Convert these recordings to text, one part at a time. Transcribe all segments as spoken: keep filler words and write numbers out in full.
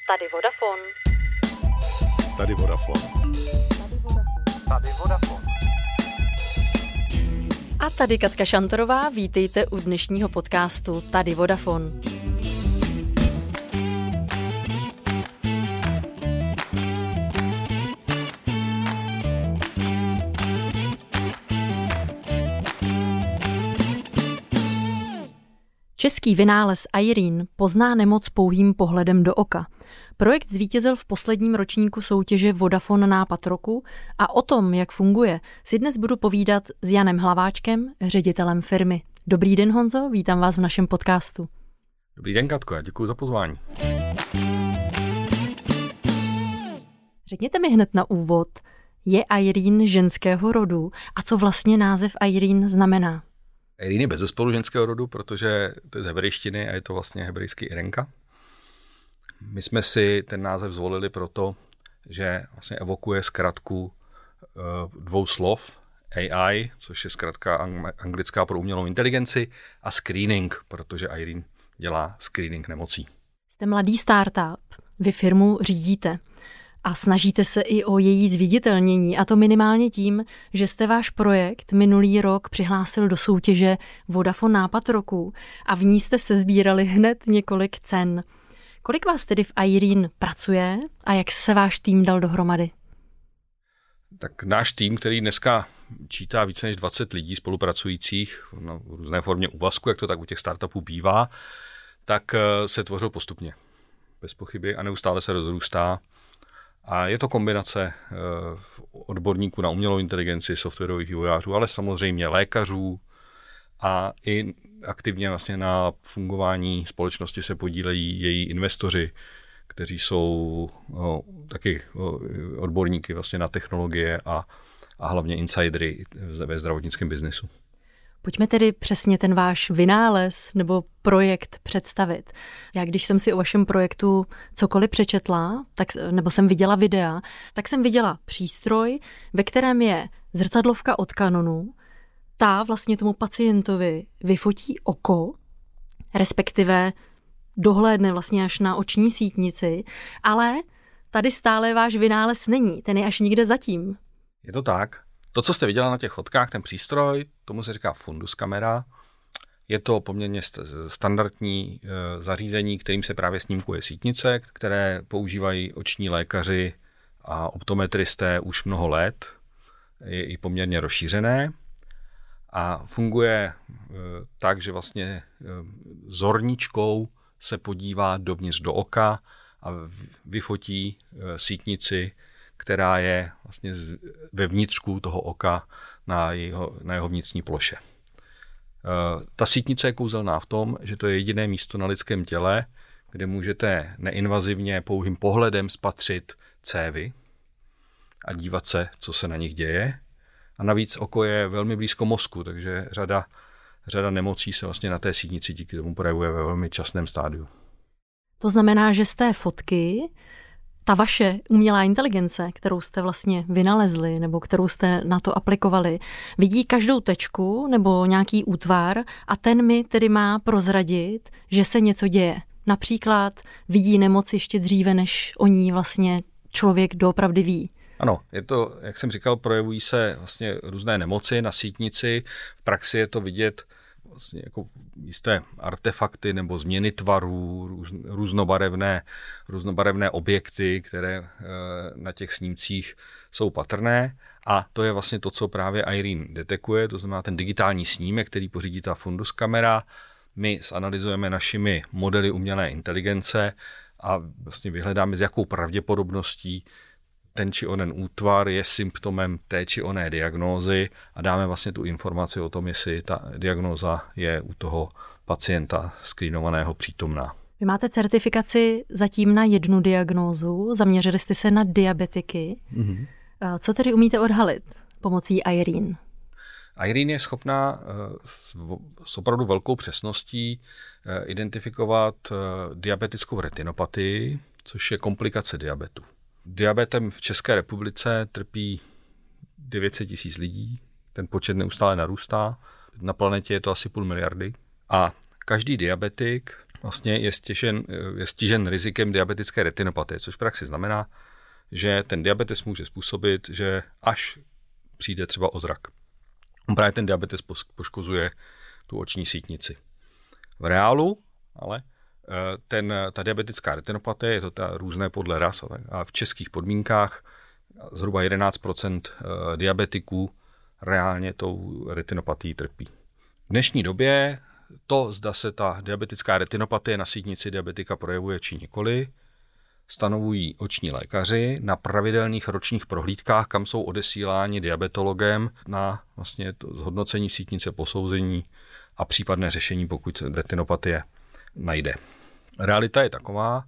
Tady Vodafone. Tady Vodafone. Tady Vodafone. A tady Katka Šantorová, vítejte u dnešního podcastu Tady Vodafone. Český vynález IRIN pozná nemoc pouhým pohledem do oka. Projekt zvítězil v posledním ročníku soutěže Vodafone Nápad roku a o tom, jak funguje, si dnes budu povídat s Janem Hlaváčkem, ředitelem firmy. Dobrý den, Honzo, vítám vás v našem podcastu. Dobrý den, Katko, já děkuji za pozvání. Řekněte mi hned na úvod, je IRIN ženského rodu a co vlastně název IRIN znamená? IRIN je bezesporu ženského rodu, protože to je z hebrejštiny a je to vlastně hebrejský Irenka. My jsme si ten název zvolili proto, že vlastně evokuje zkratku dvou slov A I, což je zkratka anglická pro umělou inteligenci, a screening, protože IRIN dělá screening nemocí. Jste mladý startup, vy firmu řídíte a snažíte se i o její zviditelnění, a to minimálně tím, že jste váš projekt minulý rok přihlásil do soutěže Vodafone Nápad roku a v ní jste sesbírali hned několik cen. Kolik vás tedy v IRIN pracuje a jak se váš tým dal dohromady? Tak náš tým, který dneska čítá více než dvacet lidí spolupracujících na různé formě úvazku, jak to tak u těch startupů bývá, tak se tvořil postupně. Bez pochyby a neustále se rozrůstá. A je to kombinace odborníků na umělou inteligenci, softwarových vývojářů, ale samozřejmě lékařů a i aktivně vlastně na fungování společnosti se podílejí její investoři, kteří jsou o, taky o, odborníky vlastně na technologie a, a hlavně insidery ve zdravotnickém biznesu. Pojďme tedy přesně ten váš vynález nebo projekt představit. Já když jsem si o vašem projektu cokoliv přečetla, tak, nebo jsem viděla videa, tak jsem viděla přístroj, ve kterém je zrcadlovka od Canonu. Ta vlastně tomu pacientovi vyfotí oko, respektive dohlédne vlastně až na oční sítnici, ale tady stále váš vynález není, ten je až někde zatím. Je to tak. To, co jste viděla na těch fotkách, ten přístroj, tomu se říká fundus kamera. Je to poměrně standardní zařízení, kterým se právě snímkuje sítnice, které používají oční lékaři a optometristé už mnoho let. Je i poměrně rozšířené a funguje tak, že vlastně zorničkou se podívá dovnitř do oka a vyfotí sítnici, která je vlastně ve vnitřku toho oka na jeho, na jeho vnitřní ploše. Ta sítnice je kouzelná v tom, že to je jediné místo na lidském těle, kde můžete neinvazivně pouhým pohledem spatřit cévy a dívat se, co se na nich děje. A navíc oko je velmi blízko mozku, takže řada, řada nemocí se vlastně na té sítnici díky tomu projevuje ve velmi časném stádiu. To znamená, že z té fotky ta vaše umělá inteligence, kterou jste vlastně vynalezli nebo kterou jste na to aplikovali, vidí každou tečku nebo nějaký útvar a ten mi tedy má prozradit, že se něco děje. Například vidí nemoc ještě dříve, než o ní vlastně člověk doopravdy ví. Ano, je to, jak jsem říkal, projevují se vlastně různé nemoci na sítnici. V praxi je to vidět vlastně jako jisté artefakty nebo změny tvarů, růz, různobarevné, různobarevné objekty, které na těch snímcích jsou patrné. A to je vlastně to, co právě IRIN detekuje, to znamená ten digitální snímek, který pořídí ta fundus kamera. My zanalyzujeme našimi modely umělé inteligence a vlastně vyhledáme, s jakou pravděpodobností ten či onen útvar je symptomem té či oné diagnózy a dáme vlastně tu informaci o tom, jestli ta diagnóza je u toho pacienta screenovaného přítomná. Vy máte certifikaci zatím na jednu diagnózu, zaměřili jste se na diabetiky. Mm-hmm. Co tedy umíte odhalit pomocí IRIN? IRIN je schopná s opravdu velkou přesností identifikovat diabetickou retinopatii, což je komplikace diabetu. Diabetem v České republice trpí devět set tisíc lidí, ten počet neustále narůstá, na planetě je to asi půl miliardy a každý diabetik vlastně je stižen, je stižen rizikem diabetické retinopatie, což v praxi znamená, že ten diabetes může způsobit, že až přijde třeba o zrak. Právě ten diabetes poškozuje tu oční sítnici. V reálu ale ten, ta diabetická retinopatie, je to ta různé podle ras, a v českých podmínkách zhruba jedenáct procent diabetiků reálně tou retinopatií trpí. V dnešní době to, zda se ta diabetická retinopatie na sítnici diabetika projevuje či nikoli, stanovují oční lékaři na pravidelných ročních prohlídkách, kam jsou odesíláni diabetologem na vlastně to zhodnocení sítnice, posouzení a případné řešení, pokud se retinopatie najde. Realita je taková,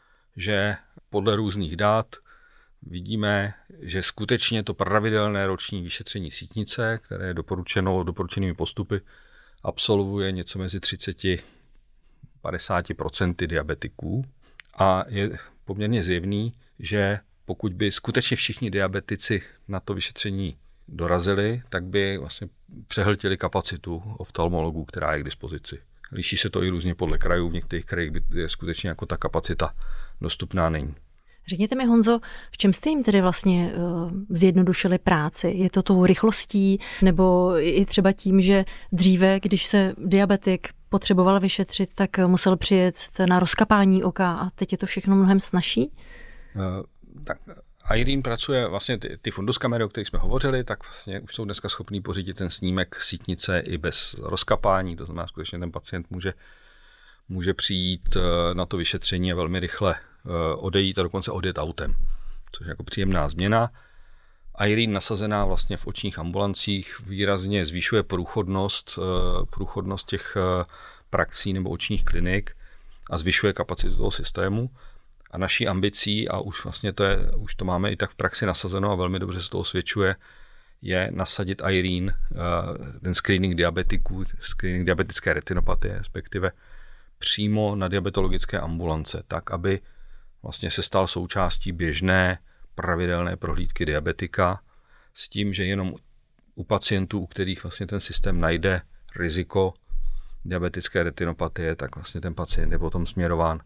že podle různých dat vidíme, že skutečně to pravidelné roční vyšetření sítnice, které je doporučeno doporučenými postupy, absolvuje něco mezi třicet až padesát procent diabetiků a je poměrně zjevný, že pokud by skutečně všichni diabetici na to vyšetření dorazili, tak by vlastně přehltili kapacitu oftalmologů, která je k dispozici. Liší se to i různě podle krajů, v některých krajích je skutečně jako ta kapacita dostupná není. Řekněte mi, Honzo, v čem jste jim tedy vlastně uh, zjednodušili práci? Je to tou rychlostí, nebo i třeba tím, že dříve, když se diabetik potřeboval vyšetřit, tak musel přijet na rozkapání oka a teď je to všechno mnohem snazší? Uh, tak Irene pracuje, vlastně ty, ty fundus kamery, o kterých jsme hovořili, tak vlastně už jsou dneska schopní pořídit ten snímek sítnice i bez rozkapání, to znamená, skutečně ten pacient může, může přijít uh, na to vyšetření a velmi rychle odejít a dokonce odjet autem, což je jako příjemná změna. Irene nasazená vlastně v očních ambulancích výrazně zvýšuje průchodnost, průchodnost těch praxí nebo očních klinik a zvyšuje kapacitu toho systému. A naší ambicí, a už vlastně to je, už to máme i tak v praxi nasazeno a velmi dobře se to osvědčuje, je nasadit Irene, ten screening diabetiků, screening diabetické retinopatie, respektive přímo na diabetologické ambulance, tak, aby vlastně se stal součástí běžné pravidelné prohlídky diabetika s tím, že jenom u pacientů, u kterých vlastně ten systém najde riziko diabetické retinopatie, tak vlastně ten pacient je potom směrován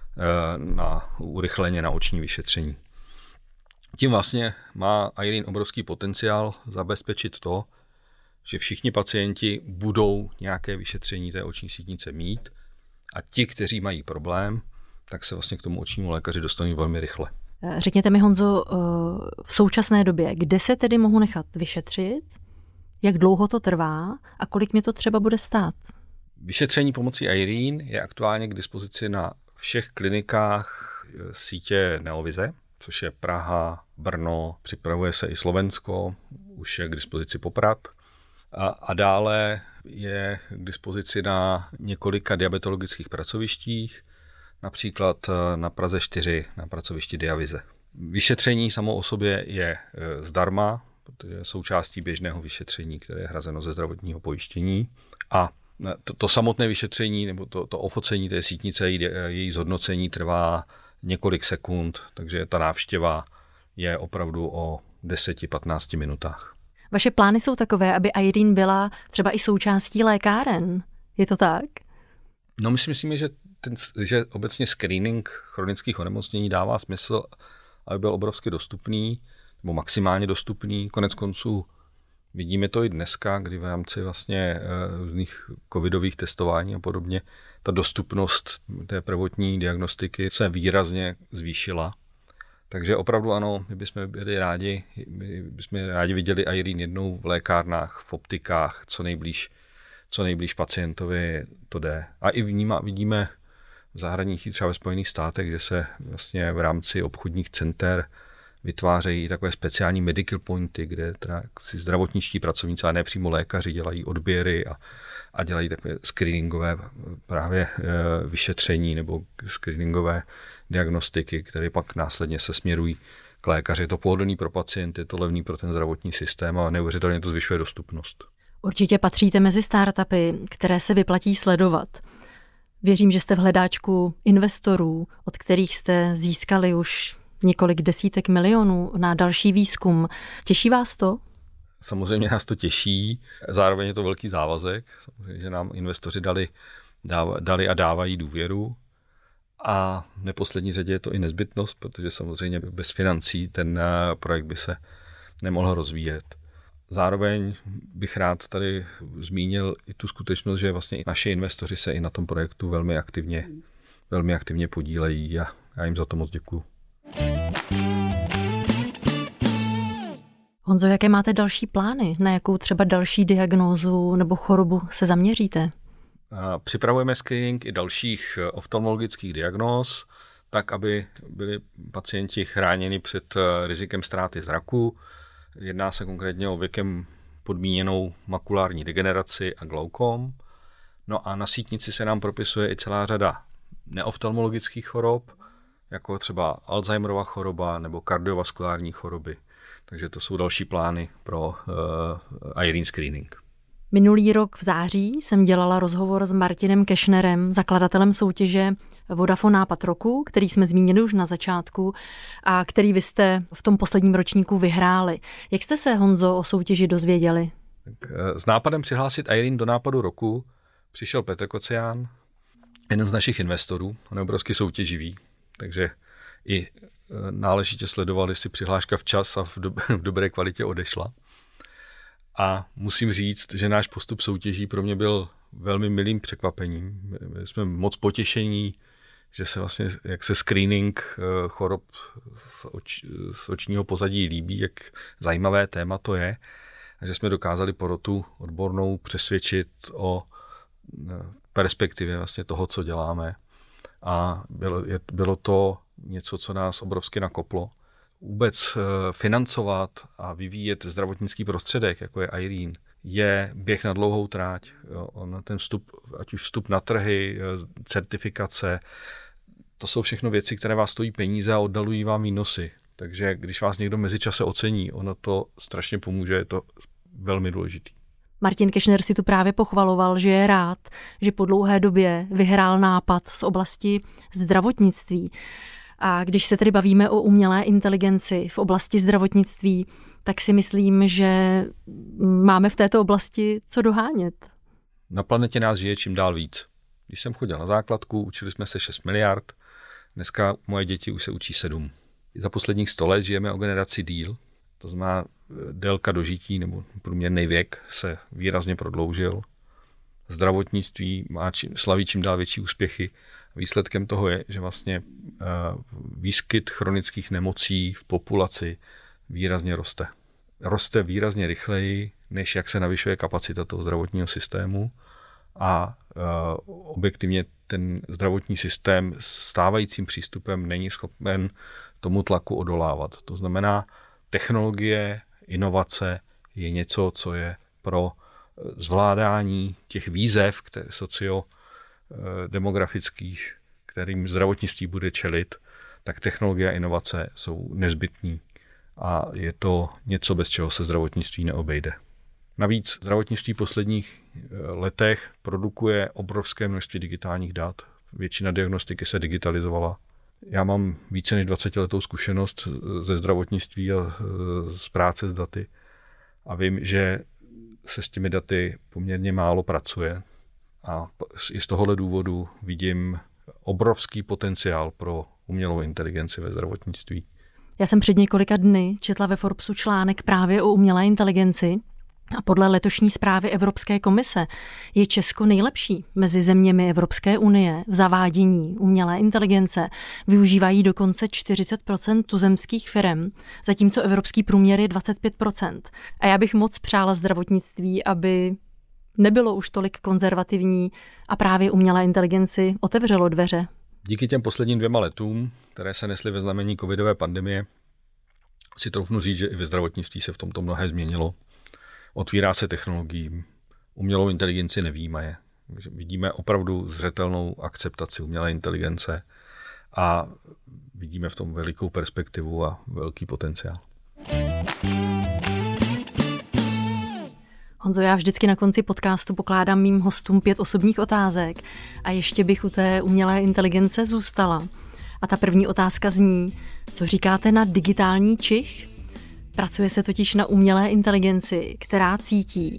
na urychleně na oční vyšetření. Tím vlastně má Irene obrovský potenciál zabezpečit to, že všichni pacienti budou nějaké vyšetření té oční sítnice mít a ti, kteří mají problém, tak se vlastně k tomu očnímu lékaři dostanou velmi rychle. Řekněte mi, Honzo, v současné době, kde se tedy mohu nechat vyšetřit, jak dlouho to trvá a kolik mě to třeba bude stát? Vyšetření pomocí Irene je aktuálně k dispozici na všech klinikách sítě Neovize, což je Praha, Brno, připravuje se i Slovensko, už je k dispozici Poprad. A, a dále je k dispozici na několika diabetologických pracovištích, například na Praze čtyři na pracovišti Diavize. Vyšetření samo o sobě je zdarma, protože je součástí běžného vyšetření, které je hrazeno ze zdravotního pojištění. A to, to samotné vyšetření nebo to, to ofocení té sítnice, její, její zhodnocení trvá několik sekund, takže ta návštěva je opravdu o deset až patnáct minutách. Vaše plány jsou takové, aby Irene byla třeba i součástí lékáren. Je to tak? No my si myslíme, že, ten, že obecně screening chronických onemocnění dává smysl, aby byl obrovsky dostupný, nebo maximálně dostupný. Konec konců vidíme to i dneska, kdy v rámci vlastně různých covidových testování a podobně ta dostupnost té prvotní diagnostiky se výrazně zvýšila. Takže opravdu ano, my bychom byli rádi, my bychom rádi viděli Irene jednou v lékárnách, v optikách, co nejblíž, co nejblíž pacientovi to jde. A i vníma, vidíme v zahraničí, třeba ve Spojených státech, kde se vlastně v rámci obchodních center vytvářejí takové speciální medical pointy, kde teda si zdravotničtí pracovníci, ale ne přímo lékaři, dělají odběry a, a dělají takové screeningové právě e, vyšetření nebo screeningové diagnostiky, které pak následně se směrují k lékaři. Je to pohodlný pro pacient, je to levný pro ten zdravotní systém a neuvěřitelně to zvyšuje dostupnost. Určitě patříte mezi startupy, které se vyplatí sledovat. Věřím, že jste v hledáčku investorů, od kterých jste získali už několik desítek milionů na další výzkum. Těší vás to? Samozřejmě nás to těší, zároveň je to velký závazek, samozřejmě, že nám investoři dali dali a dávají důvěru. A v neposlední řadě je to i nezbytnost, protože samozřejmě bez financí ten projekt by se nemohl rozvíjet. Zároveň bych rád tady zmínil i tu skutečnost, že vlastně i naši investoři se i na tom projektu velmi aktivně, velmi aktivně podílejí a já jim za to moc děkuju. Honzo, jaké máte další plány? Na jakou třeba další diagnózu nebo chorobu se zaměříte? Připravujeme screening i dalších oftalmologických diagnóz, tak, aby byli pacienti chráněni před rizikem ztráty zraku. Jedná se konkrétně o věkem podmíněnou makulární degeneraci a glaukom. No a na sítnici se nám propisuje i celá řada neoftalmologických chorob, jako třeba Alzheimerova choroba nebo kardiovaskulární choroby. Takže to jsou další plány pro uh, IRIN screening. Minulý rok v září jsem dělala rozhovor s Martinem Kešnerem, zakladatelem soutěže Vodafone Nápad roku, který jsme zmínili už na začátku a který vy jste v tom posledním ročníku vyhráli. Jak jste se, Honzo, o soutěži dozvěděli? Tak, s nápadem přihlásit IRIN do nápadu roku přišel Petr Kocián, jeden z našich investorů, on je obrovsky soutěživý, takže i náležitě sledoval, jestli přihláška včas a v, do, v dobré kvalitě odešla. A musím říct, že náš postup soutěží pro mě byl velmi milým překvapením. My jsme moc potěšení, že se vlastně, jak se screening chorob z, oč, z očního pozadí líbí, jak zajímavé téma to je. A že jsme dokázali porotu odbornou přesvědčit o perspektivě vlastně toho, co děláme. A bylo, je, bylo to něco, co nás obrovsky nakoplo. Vůbec financovat a vyvíjet zdravotnický prostředek, jako je IRIN, je běh na dlouhou tráť. Jo. On, ten vstup, ať už vstup na trhy, certifikace, to jsou všechno věci, které vás stojí peníze a oddalují vám výnosy. Takže když vás někdo mezičase ocení, ono to strašně pomůže, je to velmi důležitý. Martin Kešner si tu právě pochvaloval, že je rád, že po dlouhé době vyhrál nápad z oblasti zdravotnictví. A když se tedy bavíme o umělé inteligenci v oblasti zdravotnictví, tak si myslím, že máme v této oblasti co dohánět. Na planetě nás žije čím dál víc. Když jsem chodil na základku, učili jsme se šest miliard, dneska moje děti už se učí sedm. Za posledních sto let žijeme o generaci díl, to znamená délka dožití nebo průměrný věk se výrazně prodloužil. Zdravotnictví má čím, slaví čím dál větší úspěchy. Výsledkem toho je, že vlastně výskyt chronických nemocí v populaci výrazně roste. Roste výrazně rychleji, než jak se navyšuje kapacita toho zdravotního systému a objektivně ten zdravotní systém s stávajícím přístupem není schopen tomu tlaku odolávat. To znamená, technologie, inovace je něco, co je pro zvládání těch výzev které, sociodemografických, kterým zdravotnictví bude čelit, tak technologie a inovace jsou nezbytný a je to něco, bez čeho se zdravotnictví neobejde. Navíc zdravotnictví v posledních letech produkuje obrovské množství digitálních dat. Většina diagnostiky se digitalizovala. Já mám více než dvacetiletou zkušenost ze zdravotnictví a z práce s daty a vím, že se s těmi daty poměrně málo pracuje a i z tohohle důvodu vidím obrovský potenciál pro umělou inteligenci ve zdravotnictví. Já jsem před několika dny četla ve Forbesu článek právě o umělé inteligenci a podle letošní zprávy Evropské komise je Česko nejlepší mezi zeměmi Evropské unie v zavádění umělé inteligence. Využívají dokonce čtyřicet procent tuzemských firem, zatímco evropský průměr je dvacet pět procent. A já bych moc přála zdravotnictví, aby nebylo už tolik konzervativní a právě umělé inteligenci otevřelo dveře. Díky těm posledním dvěma letům, které se nesly ve znamení covidové pandemie, si troufnu říct, že i ve zdravotnictví se v tomto mnohé změnilo. Otvírá se technologiím, umělou inteligenci nevyjímaje. Vidíme opravdu zřetelnou akceptaci umělé inteligence a vidíme v tom velikou perspektivu a velký potenciál. Honzo, já vždycky na konci podcastu pokládám mým hostům pět osobních otázek a ještě bych u té umělé inteligence zůstala. A ta první otázka zní, co říkáte na digitální čich? Pracuje se totiž na umělé inteligenci, která cítí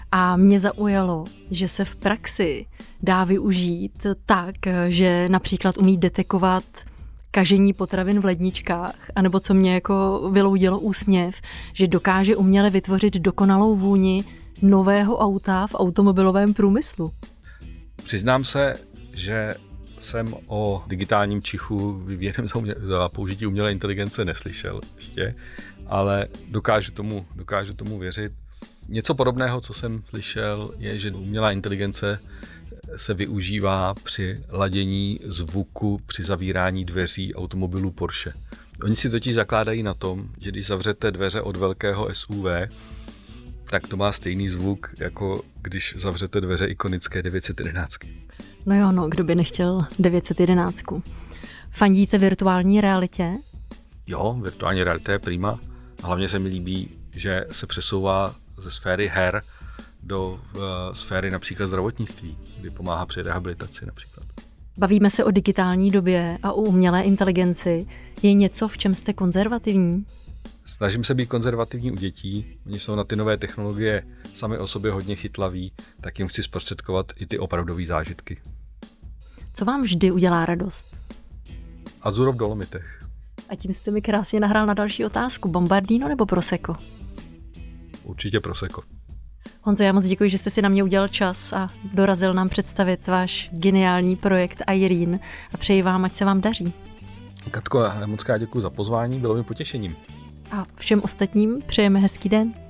A mě zaujalo, že se v praxi dá využít tak, že například umí detekovat kažení potravin v ledničkách, anebo co mě jako vyloudilo úsměv, že dokáže uměle vytvořit dokonalou vůni nového auta v automobilovém průmyslu. Přiznám se, že jsem o digitálním čichu vyvíjeném za, umě- za použití umělé inteligence neslyšel ještě, ale dokážu tomu, dokážu tomu věřit. Něco podobného, co jsem slyšel, je, že umělá inteligence se využívá při ladění zvuku při zavírání dveří automobilů Porsche. Oni si totiž zakládají na tom, že když zavřete dveře od velkého S U V, tak to má stejný zvuk, jako když zavřete dveře ikonické devět set jedenáct. No jo, no, kdo by nechtěl devět set jedenáct. Fandíte virtuální realitě? Jo, virtuální realita je prima. Hlavně se mi líbí, že se přesouvá ze sféry her do uh, sféry například zdravotnictví, kdy pomáhá při rehabilitaci například. Bavíme se o digitální době a o umělé inteligenci. Je něco, v čem jste konzervativní? Snažím se být konzervativní u dětí. Oni jsou na ty nové technologie sami o sobě hodně chytlaví, tak jim chci zprostředkovat i ty opravdové zážitky. Co vám vždy udělá radost? Azuro v Dolomitech. A tím jste mi krásně nahrál na další otázku. Bombardino nebo Prosecco? Určitě Prosecco. Honzo, já moc děkuji, že jste si na mě udělal čas a dorazil nám představit váš geniální projekt Irene a přeji vám, ať se vám daří. Katko, moc krát děkuji za pozvání, bylo mi potěšením. A všem ostatním přejeme hezký den.